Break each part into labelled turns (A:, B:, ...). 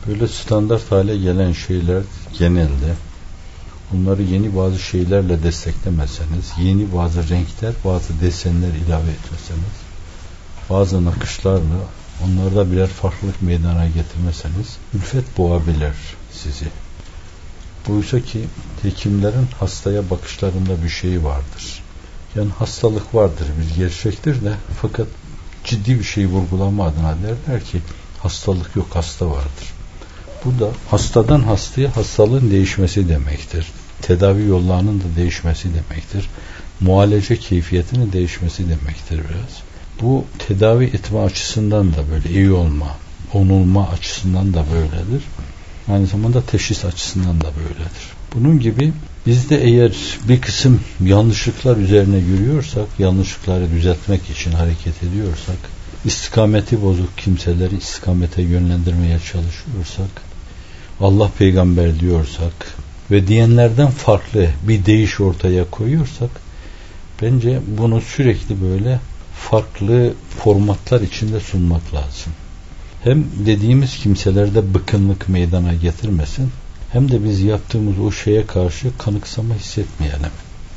A: Böyle standart hale gelen şeyler genelde onları yeni bazı şeylerle desteklemezseniz, yeni bazı renkler, bazı desenler ilave etmezseniz, bazı nakışlarla onlarda birer farklılık meydana getirmezseniz ülfet boğabilir sizi. Oysa ki hekimlerin hastaya bakışlarında bir şey vardır. Yani hastalık vardır, bir gerçektir de fakat ciddi bir şeyi vurgulama adına derler ki hastalık yok, hasta vardır. Bu da hastadan hastaya hastalığın değişmesi demektir. Tedavi yollarının da değişmesi demektir. Muhalece keyfiyetinin değişmesi demektir biraz. Bu tedavi etme açısından da böyle, iyi olma, onulma açısından da böyledir. Aynı zamanda teşhis açısından da böyledir. Bunun gibi biz de eğer bir kısım yanlışlıklar üzerine yürüyorsak, yanlışlıkları düzeltmek için hareket ediyorsak, istikameti bozuk kimseleri istikamete yönlendirmeye çalışıyorsak, Allah peygamber diyorsak ve diyenlerden farklı bir deyiş ortaya koyuyorsak, bence bunu sürekli böyle farklı formatlar içinde sunmak lazım. Hem dediğimiz kimselerde bıkkınlık meydana getirmesin, hem de biz yaptığımız o şeye karşı kanıksama hissetmeyelim.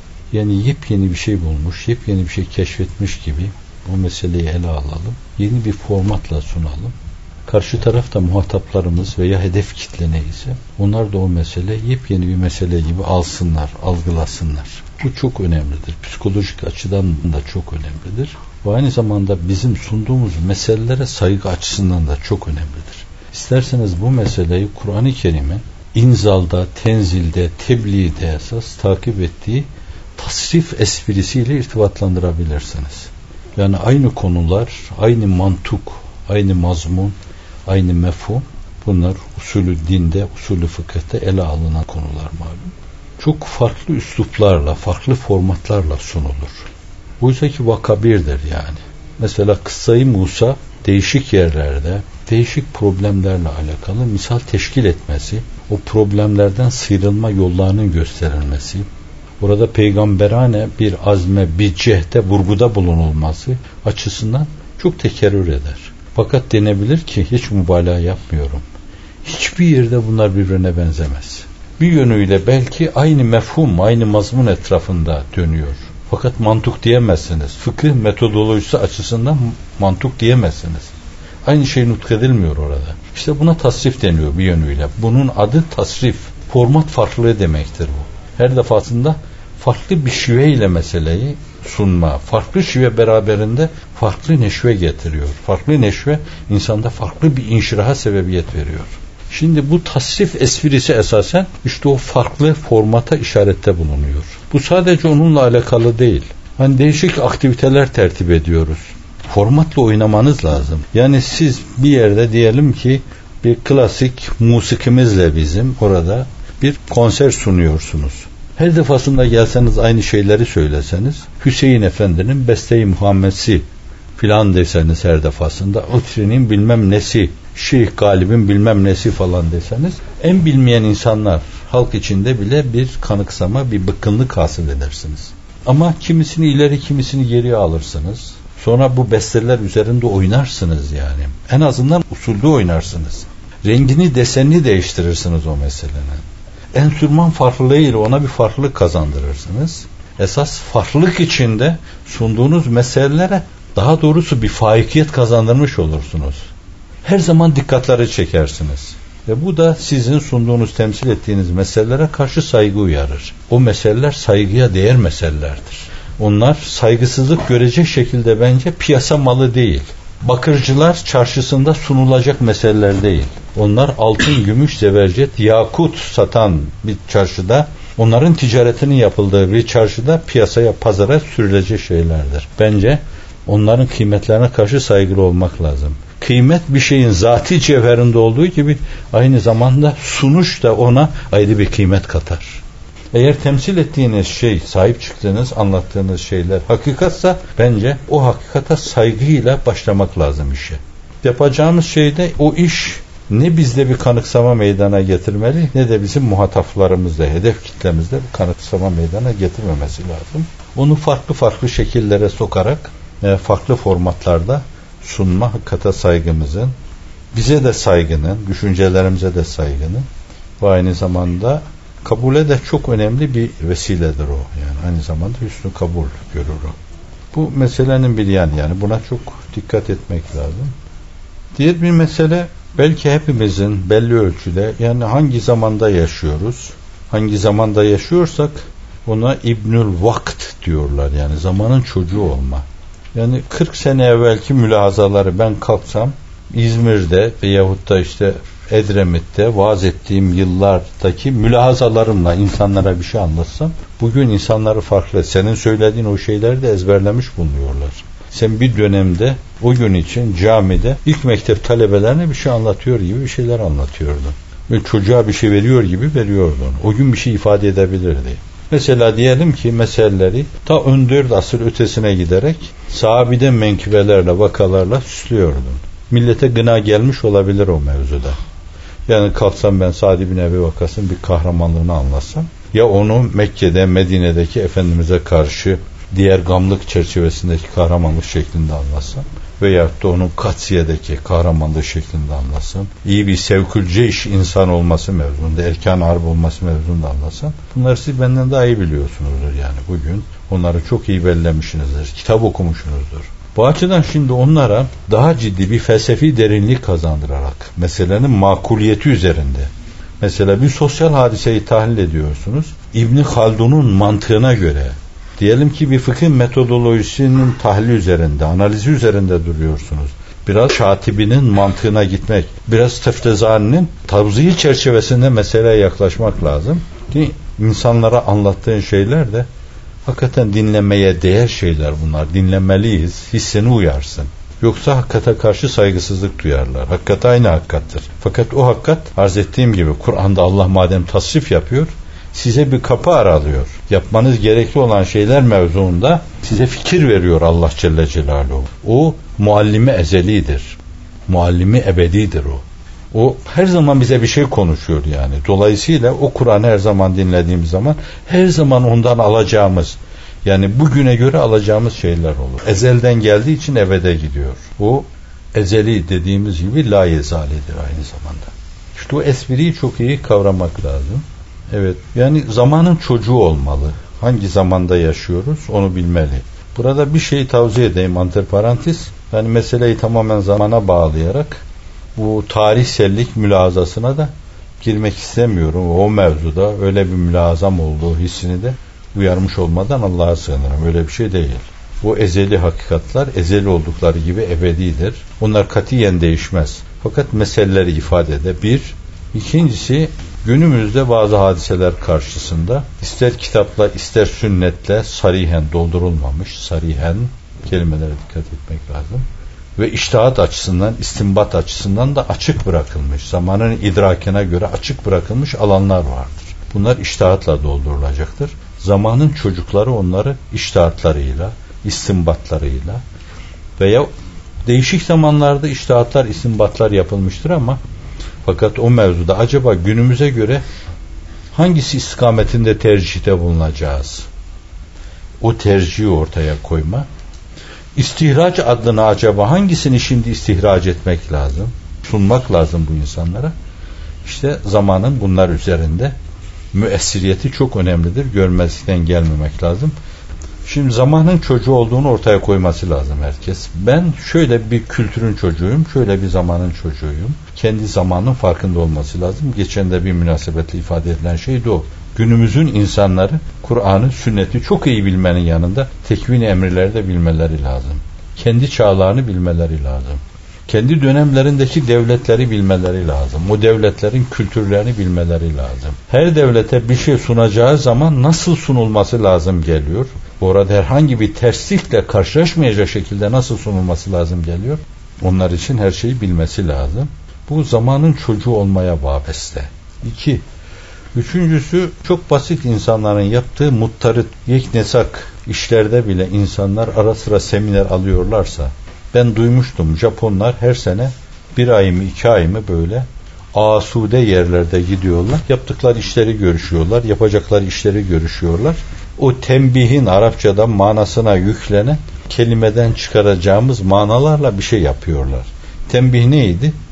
A: Yani yepyeni bir şey bulmuş, yepyeni bir şey keşfetmiş gibi o meseleyi ele alalım. Yeni bir formatla sunalım. Karşı tarafta muhataplarımız veya hedef kitle neyse, onlar da o mesele yepyeni bir mesele gibi alsınlar, algılasınlar. Bu çok önemlidir. Psikolojik açıdan da çok önemlidir. Ve aynı zamanda bizim sunduğumuz meselelere saygı açısından da çok önemlidir. İsterseniz bu meseleyi Kur'an-ı Kerim'in inzalda, tenzilde, tebliğde esas takip ettiği tasrif esprisiyle irtibatlandırabilirsiniz. Yani aynı konular, aynı mantık, aynı mazmun, aynı mefhum, bunlar usulü dinde, usulü fıkıhta ele alınan konular malum. Çok farklı üsluplarla, farklı formatlarla sunulur. Oysa ki vaka birdir yani. Mesela kıssayı Musa değişik yerlerde, değişik problemlerle alakalı misal teşkil etmesi, o problemlerden sıyrılma yollarının gösterilmesi, orada peygamberane bir azme, bir cehde, vurguda bulunulması açısından çok tekerrür eder. Fakat denebilir ki hiç mübalağa yapmıyorum. Hiçbir yerde bunlar birbirine benzemez. Bir yönüyle belki aynı mefhum, aynı mazmun etrafında dönüyor. Fakat mantık diyemezsiniz. Fıkıh metodolojisi açısından mantık diyemezsiniz. Aynı şey nutkedilmiyor orada. İşte buna tasrif deniyor bir yönüyle. Bunun adı tasrif. Format farklılığı demektir bu. Her defasında farklı bir şiveyle meseleyi sunma. Farklı şive beraberinde farklı neşve getiriyor. Farklı neşve insanda farklı bir inşiraha sebebiyet veriyor. Şimdi bu tasrif esprisi esasen işte o farklı formata işarette bulunuyor. Bu sadece onunla alakalı değil. Hani değişik aktiviteler tertip ediyoruz. Formatla oynamanız lazım. Yani siz bir yerde diyelim ki bir klasik musikimizle bizim orada bir konser sunuyorsunuz. Her defasında gelseniz aynı şeyleri söyleseniz, Hüseyin Efendi'nin Beste-i Muhammed'si filan deseniz her defasında, Utri'nin bilmem nesi, Şeyh Galib'in bilmem nesi falan deseniz, en bilmeyen insanlar halk içinde bile bir kanıksama, bir bıkkınlık hasıl edersiniz. Ama kimisini ileri, kimisini geriye alırsınız. Sonra bu besteler üzerinde oynarsınız yani. En azından usulde oynarsınız. Rengini, desenini değiştirirsiniz o meselenin. Enstrüman farklılığıyla ona bir farklılık kazandırırsınız. Esas farklılık içinde sunduğunuz meselelere daha doğrusu bir faikiyet kazandırmış olursunuz. Her zaman dikkatleri çekersiniz. Ve bu da sizin sunduğunuz, temsil ettiğiniz meselelere karşı saygı uyarır. O meseleler saygıya değer meselelerdir. Onlar saygısızlık görecek şekilde bence piyasa malı değil. Bakırcılar çarşısında sunulacak meseleler değil. Onlar altın, gümüş, zebercet, yakut satan bir çarşıda, onların ticaretinin yapıldığı bir çarşıda piyasaya, pazara sürülecek şeylerdir. Bence onların kıymetlerine karşı saygılı olmak lazım. Kıymet bir şeyin zati cevherinde olduğu gibi aynı zamanda sunuş da ona ayrı bir kıymet katar. Eğer temsil ettiğiniz şey, sahip çıktığınız, anlattığınız şeyler hakikatsa bence o hakikate saygıyla başlamak lazım işe. Yapacağımız şeyde o iş ne bizde bir kanıksama meydana getirmeli ne de bizim muhataplarımızda, hedef kitlemizde bir kanıksama meydana getirmemesi lazım. Onu farklı farklı şekillere sokarak farklı formatlarda sunma hakikate saygımızın bize de saygının, düşüncelerimize de saygının ve aynı zamanda kabule de çok önemli bir vesiledir o. Yani aynı zamanda hüsnü kabul görür o. Bu meselenin bir yanı, yani buna çok dikkat etmek lazım. Diğer bir mesele, belki hepimizin belli ölçüde, yani hangi zamanda yaşıyoruz, hangi zamanda yaşıyorsak ona İbnül Vakt diyorlar, yani zamanın çocuğu olma. Yani 40 sene evvelki mülahazaları ben kalksam İzmir'de veyahut da işte Edremit'te vaaz ettiğim yıllardaki mülahazalarımla insanlara bir şey anlatsam, bugün insanları farklı, senin söylediğin o şeyleri de ezberlemiş bulunuyorlar. Sen bir dönemde o gün için camide ilk mektep talebelerine bir şey anlatıyor gibi bir şeyler anlatıyordun. Ve çocuğa bir şey veriyor gibi veriyordun. O gün bir şey ifade edebilirdi. Mesela diyelim ki meseleleri ta 14 asır ötesine giderek sahabeden menkıbelerle, vakalarla süslüyordun. Millete gına gelmiş olabilir o mevzuda. Yani kalksam ben Sa'd bin Ebi Vakkas'ın bir kahramanlığını anlatsam, ya onu Mekke'de, Medine'deki Efendimiz'e karşı diğer gamlık çerçevesindeki kahramanlık şeklinde anlatsam veyahut da onun Katsiye'deki kahramanlık şeklinde anlatsam, iyi bir sevkül ceyş insan olması mevzunda, erkan harp olması mevzunda anlatsam, bunları siz benden daha iyi biliyorsunuzdur yani bugün. Onları çok iyi bellemişsinizdir, kitap okumuşsunuzdur. Bu açıdan şimdi onlara daha ciddi bir felsefi derinlik kazandırarak meselenin makuliyeti üzerinde, mesela bir sosyal hadiseyi tahlil ediyorsunuz, İbn Haldun'un mantığına göre, diyelim ki bir fıkıh metodolojisinin tahlili üzerinde, analizi üzerinde duruyorsunuz. Biraz Şatibi'nin mantığına gitmek, biraz Teftezani'nin tavzihi çerçevesinde meseleye yaklaşmak lazım. Ki insanlara anlattığın şeyler de hakikaten dinlemeye değer şeyler bunlar. Dinlemeliyiz, hissini uyarsın. Yoksa hakikate karşı saygısızlık duyarlar. Hakikat aynı hakikattır. Fakat o hakikat, arz ettiğim gibi Kur'an'da Allah madem tasrif yapıyor, size bir kapı aralıyor. Yapmanız gerekli olan şeyler mevzuunda size fikir veriyor Allah Celle Celaluhu. O muallimi ezelidir. Muallimi ebedidir o. O her zaman bize bir şey konuşuyor yani. Dolayısıyla o Kur'an'ı her zaman dinlediğimiz zaman her zaman ondan alacağımız, yani bugüne göre alacağımız şeyler olur. Ezelden geldiği için ebede gidiyor. O ezeli dediğimiz gibi la yezalidir aynı zamanda. İşte o espriyi çok iyi kavramak lazım. Evet, yani zamanın çocuğu olmalı. Hangi zamanda yaşıyoruz onu bilmeli. Burada bir şey tavsiye edeyim antiparantez. Yani meseleyi tamamen zamana bağlayarak bu tarihsellik mülahazasına da girmek istemiyorum. O mevzuda öyle bir mülahazam olduğu hissini de uyarmış olmadan Allah'a sığınırım. Öyle bir şey değil. O ezeli hakikatler ezeli oldukları gibi ebedidir. Onlar katiyen değişmez. Fakat meseleleri ifade eder. Bir. İkincisi, günümüzde bazı hadiseler karşısında ister kitapla ister sünnetle sarihen doldurulmamış, sarihen kelimelere dikkat etmek lazım. Ve içtihat açısından, istinbat açısından da açık bırakılmış, zamanın idrakine göre açık bırakılmış alanlar vardır. Bunlar içtihatla doldurulacaktır. Zamanın çocukları onları içtihatlarıyla, istinbatlarıyla veya değişik zamanlarda içtihatlar, istinbatlar yapılmıştır ama fakat o mevzuda acaba günümüze göre hangisi istikametinde tercihte bulunacağız? O tercihi ortaya koyma. İstihraç adına acaba hangisini şimdi istihraç etmek lazım? Sunmak lazım bu insanlara. İşte zamanın bunlar üzerinde müessiriyeti çok önemlidir. Görmezlikten gelmemek lazım. Şimdi zamanın çocuğu olduğunu ortaya koyması lazım herkes. Ben şöyle bir kültürün çocuğuyum, şöyle bir zamanın çocuğuyum. Kendi zamanının farkında olması lazım. Geçen de bir münasebetle ifade edilen şey de o. Günümüzün insanları Kur'an'ı, sünneti çok iyi bilmenin yanında tekvin emirleri de bilmeleri lazım. Kendi çağlarını bilmeleri lazım. Kendi dönemlerindeki devletleri bilmeleri lazım. O devletlerin kültürlerini bilmeleri lazım. Her devlete bir şey sunacağı zaman nasıl sunulması lazım geliyor. Orada herhangi bir terslikle karşılaşmayacak şekilde nasıl sunulması lazım geliyor. Onlar için her şeyi bilmesi lazım. Bu zamanın çocuğu olmaya vabeste. 2. Üçüncüsü, çok basit insanların yaptığı muttarıt, yeknesak işlerde bile insanlar ara sıra seminer alıyorlarsa, ben duymuştum Japonlar her sene 1 ay mı 2 ay mı böyle asude yerlerde gidiyorlar. Yaptıkları işleri görüşüyorlar, yapacakları işleri görüşüyorlar. O tembihin Arapçada manasına yüklenen kelimeden çıkaracağımız manalarla bir şey yapıyorlar. Tembih neydi?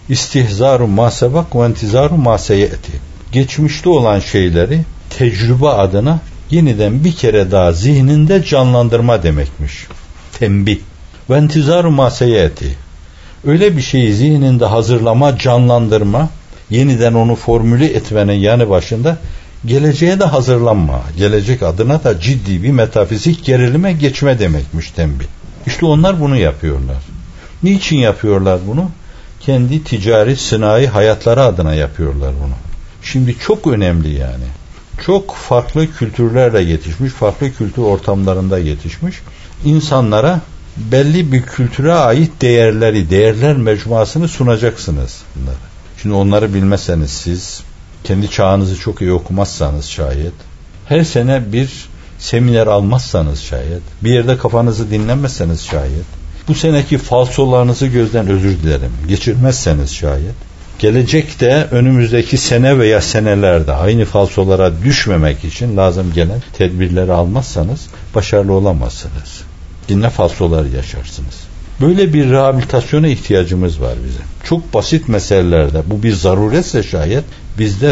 A: İstihzaru ma sebak ve intizaru ma seyeti. Geçmişte olan şeyleri tecrübe adına yeniden bir kere daha zihninde canlandırma demekmiş. Tembih. Ve intizaru ma seyeti. Öyle bir şeyi zihninde hazırlama, canlandırma, yeniden onu formüle etmenin yanı başında geleceğe de hazırlanma. Gelecek adına da ciddi bir metafizik gerilime geçme demekmiş tembih. İşte onlar bunu yapıyorlar. Niçin yapıyorlar bunu? Kendi ticari, sınai hayatları adına yapıyorlar bunu. Şimdi çok önemli yani. Çok farklı kültürlerle yetişmiş, farklı kültür ortamlarında yetişmiş insanlara belli bir kültüre ait değerler mecmuasını sunacaksınız bunları. Şimdi onları bilmezseniz siz, kendi çağınızı çok iyi okumazsanız şayet, her sene bir seminer almazsanız şayet, bir yerde kafanızı dinlemezseniz şayet, bu seneki falsolarınızı gözden özür dilerim, geçirmezseniz şayet, gelecekte önümüzdeki sene veya senelerde aynı falsolara düşmemek için lazım gelen tedbirleri almazsanız başarılı olamazsınız. Yine falsolar yaşarsınız. Böyle bir rehabilitasyona ihtiyacımız var bizim. Çok basit meselelerde bu bir zaruretse şayet bizde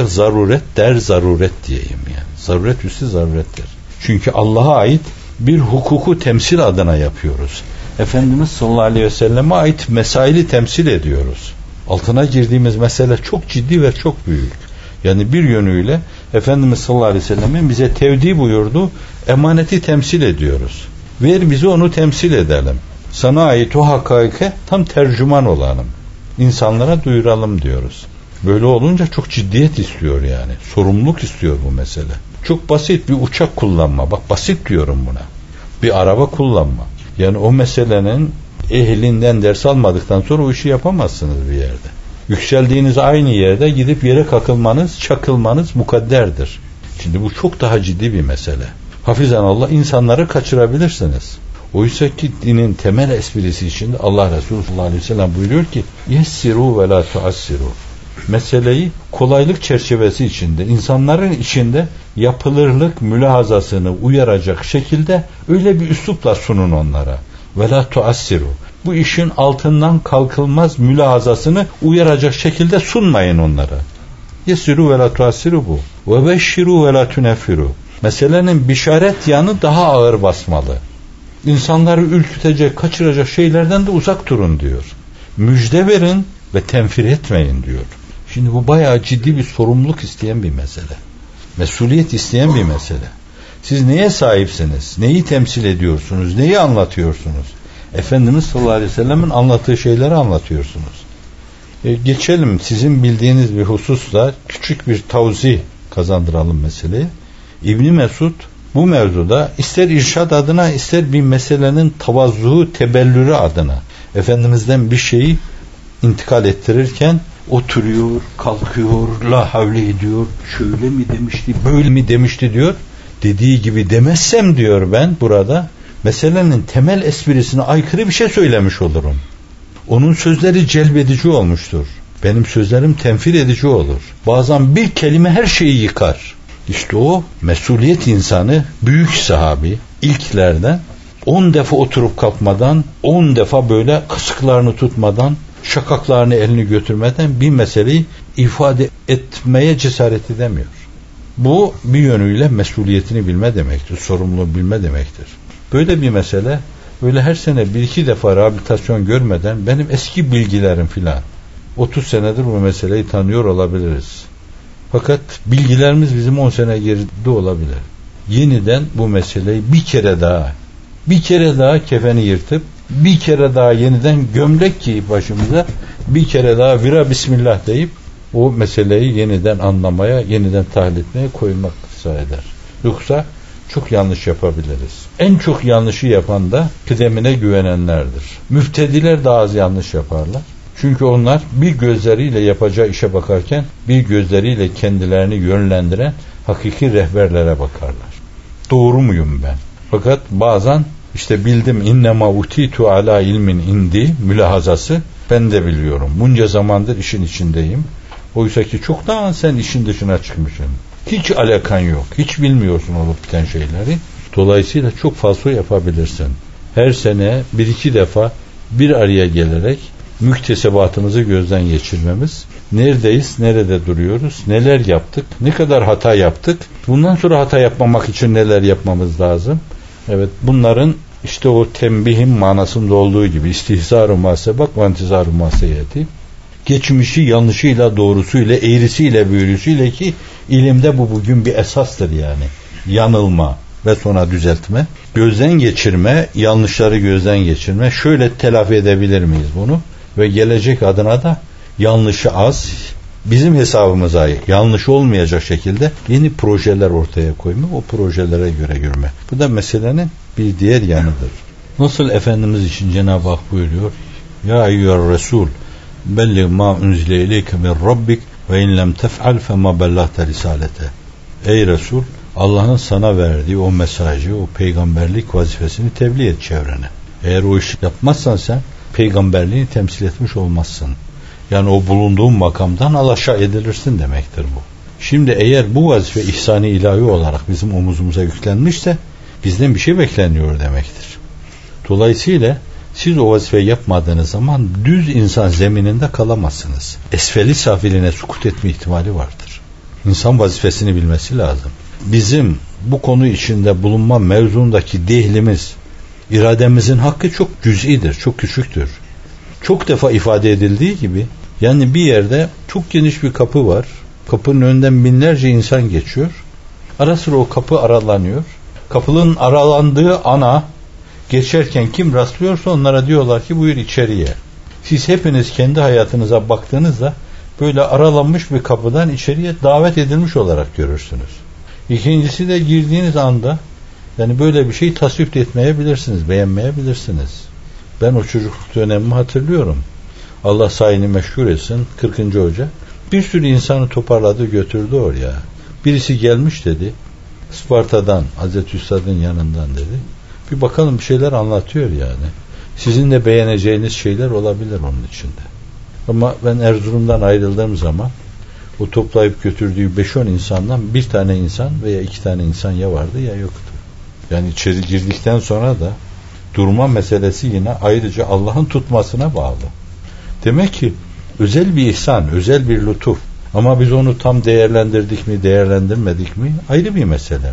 A: zaruret diyeyim yani. Zaruret üstü zarurettir. Çünkü Allah'a ait bir hukuku temsil adına yapıyoruz. Efendimiz sallallahu aleyhi ve selleme ait mesaili temsil ediyoruz. Altına girdiğimiz mesele çok ciddi ve çok büyük. Yani bir yönüyle Efendimiz sallallahu aleyhi ve sellemin bize tevdi buyurduğu emaneti temsil ediyoruz. Ver bize onu temsil edelim. Sana ait o hakaike tam tercüman olalım. İnsanlara duyuralım diyoruz. Böyle olunca çok ciddiyet istiyor yani. Sorumluluk istiyor bu mesele. Çok basit bir uçak kullanma. Bak basit diyorum buna. Bir araba kullanma. Yani o meselenin ehlinden ders almadıktan sonra o işi yapamazsınız bir yerde. Yükseldiğiniz aynı yerde gidip yere kakılmanız, çakılmanız mukadderdir. Şimdi bu çok daha ciddi bir mesele. Hafizanallah insanları kaçırabilirsiniz. Oysa ki dinin temel esprisi içinde Allah Resulü sallallahu aleyhi ve sellem buyuruyor ki yessiru ve la tuassiru. Meseleyi kolaylık çerçevesi içinde, insanların içinde yapılırlık mülahazasını uyaracak şekilde öyle bir üslupla sunun onlara. Ve la tuassiru. Bu işin altından kalkılmaz mülahazasını uyaracak şekilde sunmayın onlara. Yessiru ve la tuassiru bu. Ve beşşiru ve la tuneffiru. Meselenin bişaret yanı daha ağır basmalı. İnsanları ürkütecek, kaçıracak şeylerden de uzak durun diyor. Müjde verin ve tenfir etmeyin diyor. Şimdi bu bayağı ciddi bir sorumluluk isteyen bir mesele. Mesuliyet isteyen bir mesele. Siz neye sahipsiniz? Neyi temsil ediyorsunuz? Neyi anlatıyorsunuz? Efendimiz sallallahu aleyhi ve sellemin anlattığı şeyleri anlatıyorsunuz. Geçelim sizin bildiğiniz bir hususla küçük bir tavzih kazandıralım meseleyi. İbn Mesud bu mevzuda ister irşad adına ister bir meselenin tavazzuhu, tebellürü adına Efendimiz'den bir şeyi intikal ettirirken oturuyor, kalkıyor, la havle ediyor, şöyle mi demişti, böyle mi demişti diyor. Dediği gibi demezsem diyor ben burada meselenin temel esprisine aykırı bir şey söylemiş olurum. Onun sözleri celbedici olmuştur. Benim sözlerim tenfir edici olur. Bazen bir kelime her şeyi yıkar. İşte o mesuliyet insanı, büyük sahabi, ilklerden 10 defa oturup kalkmadan, 10 defa böyle kasıklarını tutmadan, şakaklarını elini götürmeden bir meseleyi ifade etmeye cesaret edemiyor. Bu bir yönüyle mesuliyetini bilme demektir, sorumluluğu bilme demektir. Böyle bir mesele, böyle her sene 1-2 defa rehabilitasyon görmeden benim eski bilgilerim filan 30 senedir bu meseleyi tanıyor olabiliriz. Fakat bilgilerimiz bizim 10 sene geride olabilir. Yeniden bu meseleyi bir kere daha kefeni yırtıp bir kere daha yeniden gömlek giyip başımıza bir kere daha vira bismillah deyip o meseleyi yeniden anlamaya, yeniden tahlil etmeye koymak eder. Yoksa çok yanlış yapabiliriz. En çok yanlışı yapan da kıdemine güvenenlerdir. Müftediler daha az yanlış yaparlar. Çünkü onlar bir gözleriyle yapacağı işe bakarken bir gözleriyle kendilerini yönlendiren hakiki rehberlere bakarlar. Doğru muyum ben? Fakat bazen işte bildim innema utitu ala ilmin indi mülahazası ben de biliyorum. Bunca zamandır işin içindeyim. Oysa ki çoktan sen işin dışına çıkmışsın. Hiç alakan yok. Hiç bilmiyorsun olup biten şeyleri. Dolayısıyla çok fazla yapabilirsin. Her sene 1-2 defa bir araya gelerek müktesebatımızı gözden geçirmemiz. Neredeyiz, nerede duruyoruz, neler yaptık, ne kadar hata yaptık, bundan sonra hata yapmamak için neler yapmamız lazım. Evet, bunların işte o tembihin manasında olduğu gibi istihzar-ı muhasebak ve intizar-ı muhasebeti, geçmişi yanlışıyla, doğrusuyla, eğrisiyle, büğrüsüyle, ki ilimde bu bugün bir esastır yani. Yanılma ve sonra düzeltme, gözden geçirme, yanlışları gözden geçirme. Şöyle telafi edebilir miyiz bunu? Ve gelecek adına da yanlışı az, bizim hesabımıza yanlış olmayacak şekilde yeni projeler ortaya koyma, o projelere göre yürüme. Bu da meselenin bir diğer yanıdır. Nasıl Efendimiz için Cenab-ı Hak buyuruyor? Ya eyyüher Resul belli ma unzile ileyke min rabbik ve in lem tef'al fema bellagte risalete. Ey Resul, Allah'ın sana verdiği o mesajı, o peygamberlik vazifesini tebliğ et çevrene. Eğer o işi yapmazsan sen peygamberliğini temsil etmiş olmazsın. Yani o bulunduğun makamdan alaşağı edilirsin demektir bu. Şimdi eğer bu vazife ihsan-ı ilahi olarak bizim omuzumuza yüklenmişse bizden bir şey bekleniyor demektir. Dolayısıyla siz o vazifeyi yapmadığınız zaman düz insan zemininde kalamazsınız. Esfeli safiline sukut etme ihtimali vardır. İnsan vazifesini bilmesi lazım. Bizim bu konu içinde bulunma mevzundaki dehlimiz, irademizin hakkı çok cüz'idir, çok küçüktür. Çok defa ifade edildiği gibi, yani bir yerde çok geniş bir kapı var. Kapının önünden binlerce insan geçiyor. Ara sıra o kapı aralanıyor. Kapının aralandığı ana geçerken kim rastlıyorsa onlara diyorlar ki buyur içeriye. Siz hepiniz kendi hayatınıza baktığınızda böyle aralanmış bir kapıdan içeriye davet edilmiş olarak görürsünüz. İkincisi de girdiğiniz anda yani böyle bir şey tasvip etmeyebilirsiniz, beğenmeyebilirsiniz. Ben o çocukluk dönemimi hatırlıyorum. Allah sayını meşgul etsin. 40. Hoca bir sürü insanı toparladı, götürdü oraya. Birisi gelmiş dedi. Isparta'dan, Hazreti Üstad'ın yanından dedi. Bir bakalım bir şeyler anlatıyor yani. Sizin de beğeneceğiniz şeyler olabilir onun içinde. Ama ben Erzurum'dan ayrıldığım zaman o toplayıp götürdüğü 5-10 insandan bir tane insan veya 2 tane insan ya vardı ya yoktu. Yani içeri girdikten sonra da durma meselesi yine ayrıca Allah'ın tutmasına bağlı. Demek ki özel bir ihsan, özel bir lütuf. Ama biz onu tam değerlendirdik mi, değerlendirmedik mi ayrı bir mesele.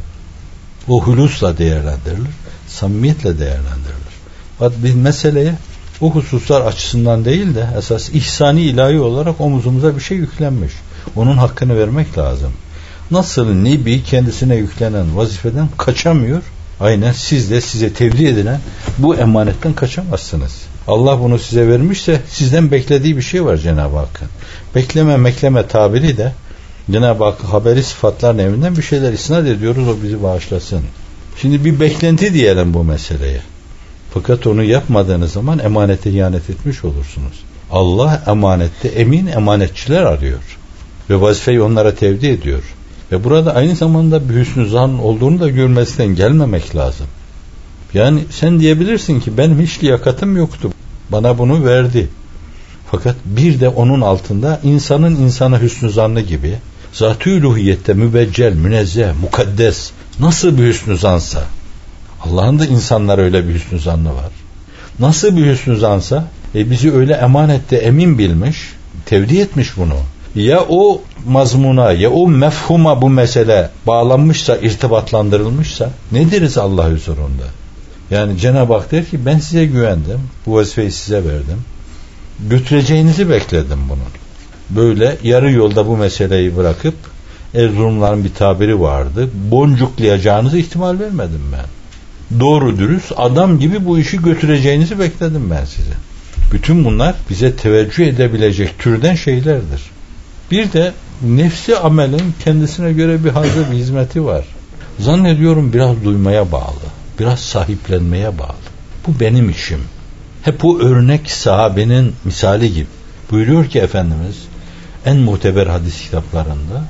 A: O hulusla değerlendirilir, samimiyetle değerlendirilir. Fakat biz meseleye o hususlar açısından değil de esas ihsani ilahi olarak omuzumuza bir şey yüklenmiş. Onun hakkını vermek lazım. Nasıl Nebi kendisine yüklenen vazifeden kaçamıyor, aynen siz de size tevdi edilen bu emanetten kaçamazsınız. Allah bunu size vermişse sizden beklediği bir şey var Cenab-ı Hakk'ın. Bekleme mekleme tabiri de Cenab-ı Hakk'ın haberi sıfatların evinden bir şeyler isnat ediyoruz, o bizi bağışlasın. Şimdi bir beklenti diyelim bu meseleye. Fakat onu yapmadığınız zaman emanete ihanet etmiş olursunuz. Allah emanette emin emanetçiler arıyor. Ve vazifeyi onlara tevdi ediyor. Ve burada aynı zamanda bir hüsnü zan olduğunu da görmesinden gelmemek lazım. Yani sen diyebilirsin ki benim hiç liyakatım yoktu. Bana bunu verdi. Fakat bir de onun altında insanın insana hüsnü zannı gibi zat-ı uluhiyette mübeccel, münezzeh, mukaddes nasıl bir hüsnü zansa Allah'ın da insanlara öyle bir hüsnü zannı var. Nasıl bir hüsnü zansa bizi öyle emanette emin bilmiş, tevdi etmiş bunu. Ya o mazmuna ya o mefhuma bu mesele bağlanmışsa, irtibatlandırılmışsa ne deriz Allah huzurunda? Yani Cenab-ı Hak der ki ben size güvendim, bu vazifeyi size verdim, götüreceğinizi bekledim bunun. Böyle yarı yolda bu meseleyi bırakıp Erzurumların bir tabiri vardı, boncuklayacağınızı ihtimal vermedim ben. Doğru dürüst adam gibi bu işi götüreceğinizi bekledim ben size. Bütün bunlar bize teveccüh edebilecek türden şeylerdir. Bir de nefsi amelin kendisine göre bir hazır bir hizmeti var. Zannediyorum biraz duymaya bağlı, biraz sahiplenmeye bağlı. Bu benim işim. Hep bu örnek sahabenin misali gibi. Buyuruyor ki Efendimiz en muteber hadis kitaplarında,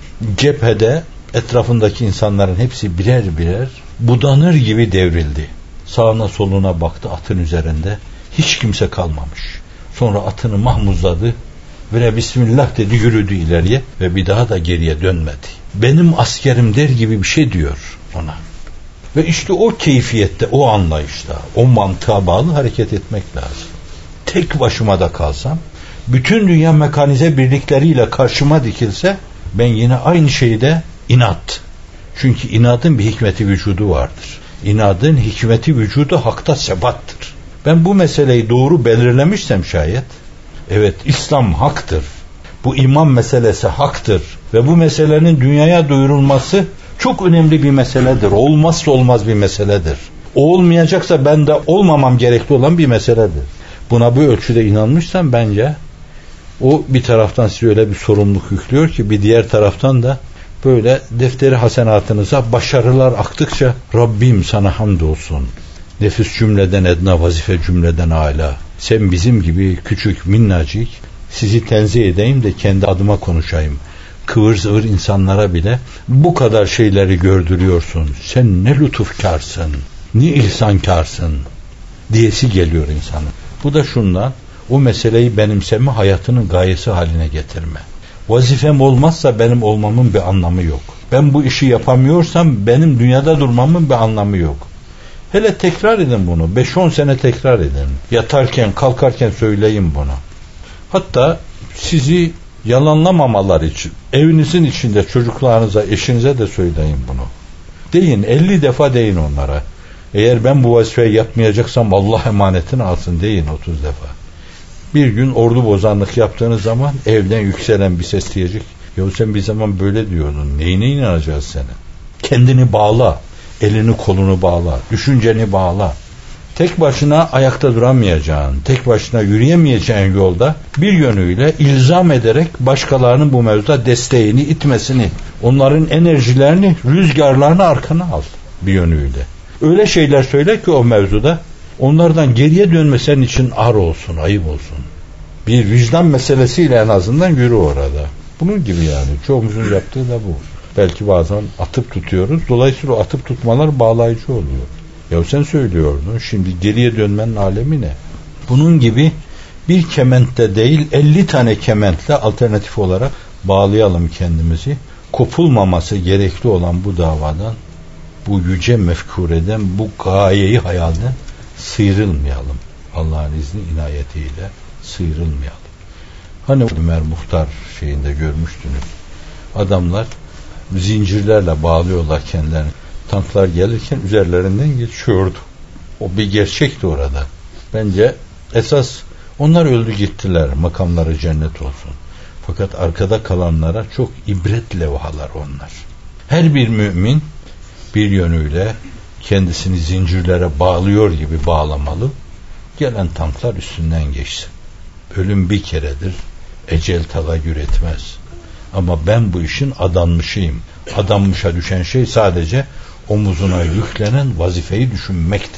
A: cephede etrafındaki insanların hepsi birer birer budanır gibi devrildi. Sağına soluna baktı atın üzerinde. Hiç kimse kalmamış. Sonra atını mahmuzladı ve Bismillah dedi, yürüdü ileriye ve bir daha da geriye dönmedi. Benim askerim der gibi bir şey diyor ona. Ve işte o keyfiyette, o anlayışta, o mantığa bağlı hareket etmek lazım. tek başıma da kalsam, bütün dünya mekanize birlikleriyle karşıma dikilse, ben yine aynı şeyde inat. Çünkü inadın bir hikmeti vücudu vardır. İnadın hikmeti vücudu hakta sebattır. Ben bu meseleyi doğru belirlemişsem şayet, evet İslam haktır, bu iman meselesi haktır ve bu meselenin dünyaya duyurulması çok önemli bir meseledir. Olmazsa olmaz bir meseledir. O olmayacaksa ben de olmamam gerekli olan bir meseledir. Buna bu ölçüde inanmışsam bence o bir taraftan size öyle bir sorumluluk yüklüyor ki bir diğer taraftan da böyle defteri hasenatınıza başarılar aktıkça Rabbim sana hamdolsun. Nefis cümleden edna, vazife cümleden âlâ. Sen bizim gibi küçük minnacık, sizi tenzih edeyim de kendi adıma konuşayım. Kıvır zıvır insanlara bile bu kadar şeyleri gördürüyorsun. Sen ne lütufkarsın, ne ihsankarsın diyesi geliyor insanın. Bu da şundan, o meseleyi benimseme, hayatının gayesi haline getirme. Vazifem olmazsa benim olmamın bir anlamı yok. Ben bu işi yapamıyorsam benim dünyada durmamın bir anlamı yok. Hele tekrar edin bunu. 5-10 sene tekrar edin. Yatarken, kalkarken söyleyin bunu. Hatta sizi yalanlamamalar için evinizin içinde çocuklarınıza, eşinize de söyleyin bunu. Deyin, 50 defa deyin onlara. Eğer ben bu vazifeyi yapmayacaksam Allah emanetini alsın deyin 30 defa. Bir gün ordu bozanlık yaptığınız zaman evden yükselen bir ses diyecek. Ya sen bir zaman böyle diyordun. Neyine inanacağız sana? Kendini bağla. Elini kolunu bağla. Düşünceni bağla. Tek başına ayakta duramayacağın, tek başına yürüyemeyeceğin yolda bir yönüyle ilzam ederek başkalarının bu mevzuda desteğini, itmesini, onların enerjilerini, rüzgarlarını arkana al bir yönüyle. Öyle şeyler söyle ki o mevzuda onlardan geriye dönme senin için ar olsun, ayıp olsun. Bir vicdan meselesiyle en azından yürü orada. Bunun gibi yani. Çoğumuzun yaptığı da bu. Belki bazen atıp tutuyoruz. Dolayısıyla o atıp tutmalar bağlayıcı oluyor. Ya sen söylüyordun. Şimdi geriye dönmenin alemi ne? Bunun gibi bir kementte değil 50 tane kementle alternatif olarak bağlayalım kendimizi. Kopulmaması gerekli olan bu davadan, bu yüce mefkureden, bu gayeyi hayalden sıyrılmayalım. Allah'ın izni inayetiyle sıyrılmayalım. Hani Ömer Muhtar şeyinde görmüştünüz. Adamlar zincirlerle bağlıyorlar kendilerini. Tanklar gelirken üzerlerinden geçiyordu. O bir gerçekti orada. Bence esas onlar öldü gittiler. Makamları cennet olsun. Fakat arkada kalanlara çok ibret levhalar onlar. Her bir mümin bir yönüyle kendisini zincirlere bağlıyor gibi bağlamalı. Gelen tanklar üstünden geçsin. Ölüm bir keredir. Ecel tagayyür etmez. Ama ben bu işin adanmışıyım. Adanmışa düşen şey sadece omuzuna yüklenen vazifeyi düşünmektir.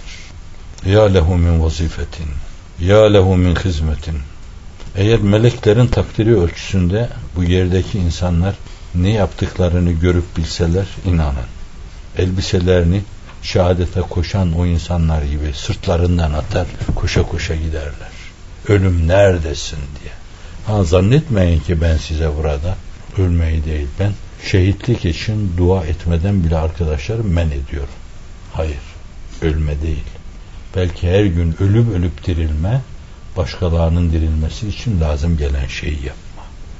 A: Ya lehu min vazifetin, ya lehu min hizmetin. Eğer meleklerin takdiri ölçüsünde bu yerdeki insanlar ne yaptıklarını görüp bilseler, inanın, elbiselerini şehadete koşan o insanlar gibi sırtlarından atar, koşa koşa giderler. Ölüm neredesin diye. Zannetmeyin ki ben size burada ölmeyi değil, ben şehitlik için dua etmeden bile arkadaşlar men ediyorum. Hayır, ölme değil. Belki her gün ölüp dirilme, başkalarının dirilmesi için lazım gelen şeyi yapma.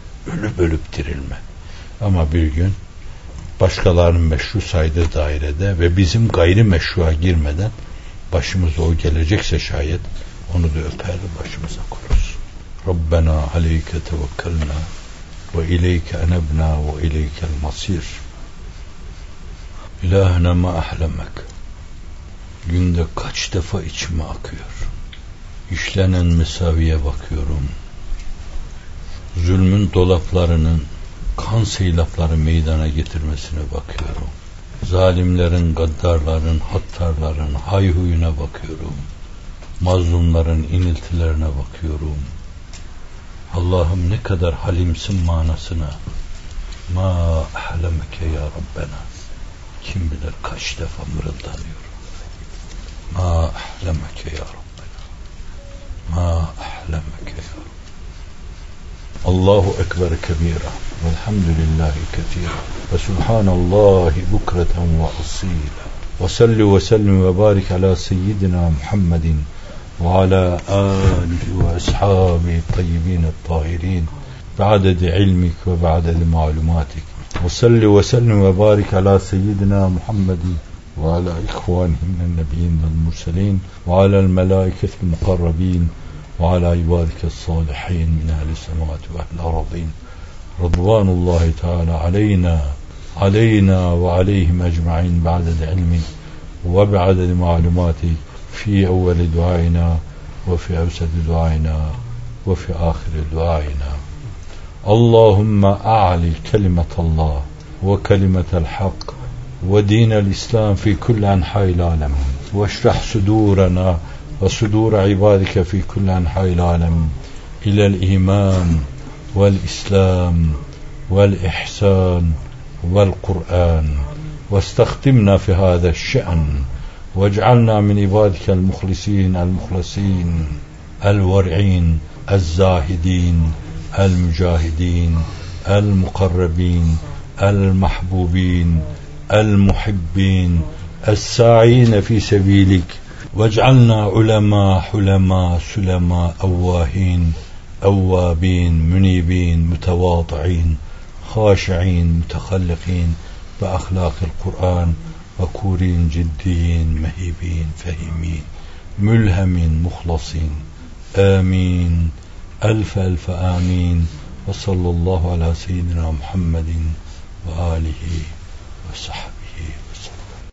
A: Ölüp dirilme. Ama bir gün başkalarının meşru saydığı dairede ve bizim gayri meşruğa girmeden başımıza o gelecekse şayet onu da öper ve başımıza koruruz. Rabbena aleyke tevekkelna ve ileyke enebna ve ileykel masir. İlahına ma ahlemek. Günde kaç defa içime akıyor. İşlenen mesaviye bakıyorum. Zulmün dolaplarının kan seylapları meydana getirmesine bakıyorum. Zalimlerin, gaddarların, hattarların hayhuyuna bakıyorum. Mazlumların iniltilerine bakıyorum. Allah'ım ne kadar halimsin manasına. Ma ahlemeke ya Rabbena. Kim bilir kaç defa mırıldanıyorum. Ma ahlemeke ya Rabbena. Ma ahlemeke ya Rabbena. Allahu ekber kebira. Velhamdülillahi kethira. Ve subhanallahi bukreten ve asila. Ve salli ve sellim ve barik ala seyyidina Muhammedin وعلى آله وأصحابه الطيبين الطاهرين بعدد علمك وبعدد معلوماتك. وصل وسلم وبارك على سيدنا محمد وعلى إخوانه من النبيين والمرسلين وعلى الملائكة المقربين وعلى عبادك الصالحين من أهل السماوات وأهل الأرضين رضوان الله تعالى علينا وعليهم أجمعين بعدد علمك وبعدد معلوماتك في أول دعائنا وفي أوسط دعائنا وفي آخر دعائنا. اللهم أعلي كلمة الله وكلمة الحق ودين الإسلام في كل أنحاء العالم واشرح صدورنا وصدور عبادك في كل أنحاء العالم إلى الإيمان والإسلام والإحسان والقرآن، واستخدمنا في هذا الشأن واجعلنا من عبادك المخلصين الورعين الزاهدين المجاهدين المقربين المحبوبين المحبين الساعين في سبيلك، واجعلنا علماء حلماء سلماء أواهين أوابين منيبين متواضعين خاشعين متخلقين بأخلاق القرآن وكورين جديين مهيبين فهيمين ملهمين مخلصين. آمين. ألف ألف آمين. وصلى الله على سيدنا محمد وآله وصحبه.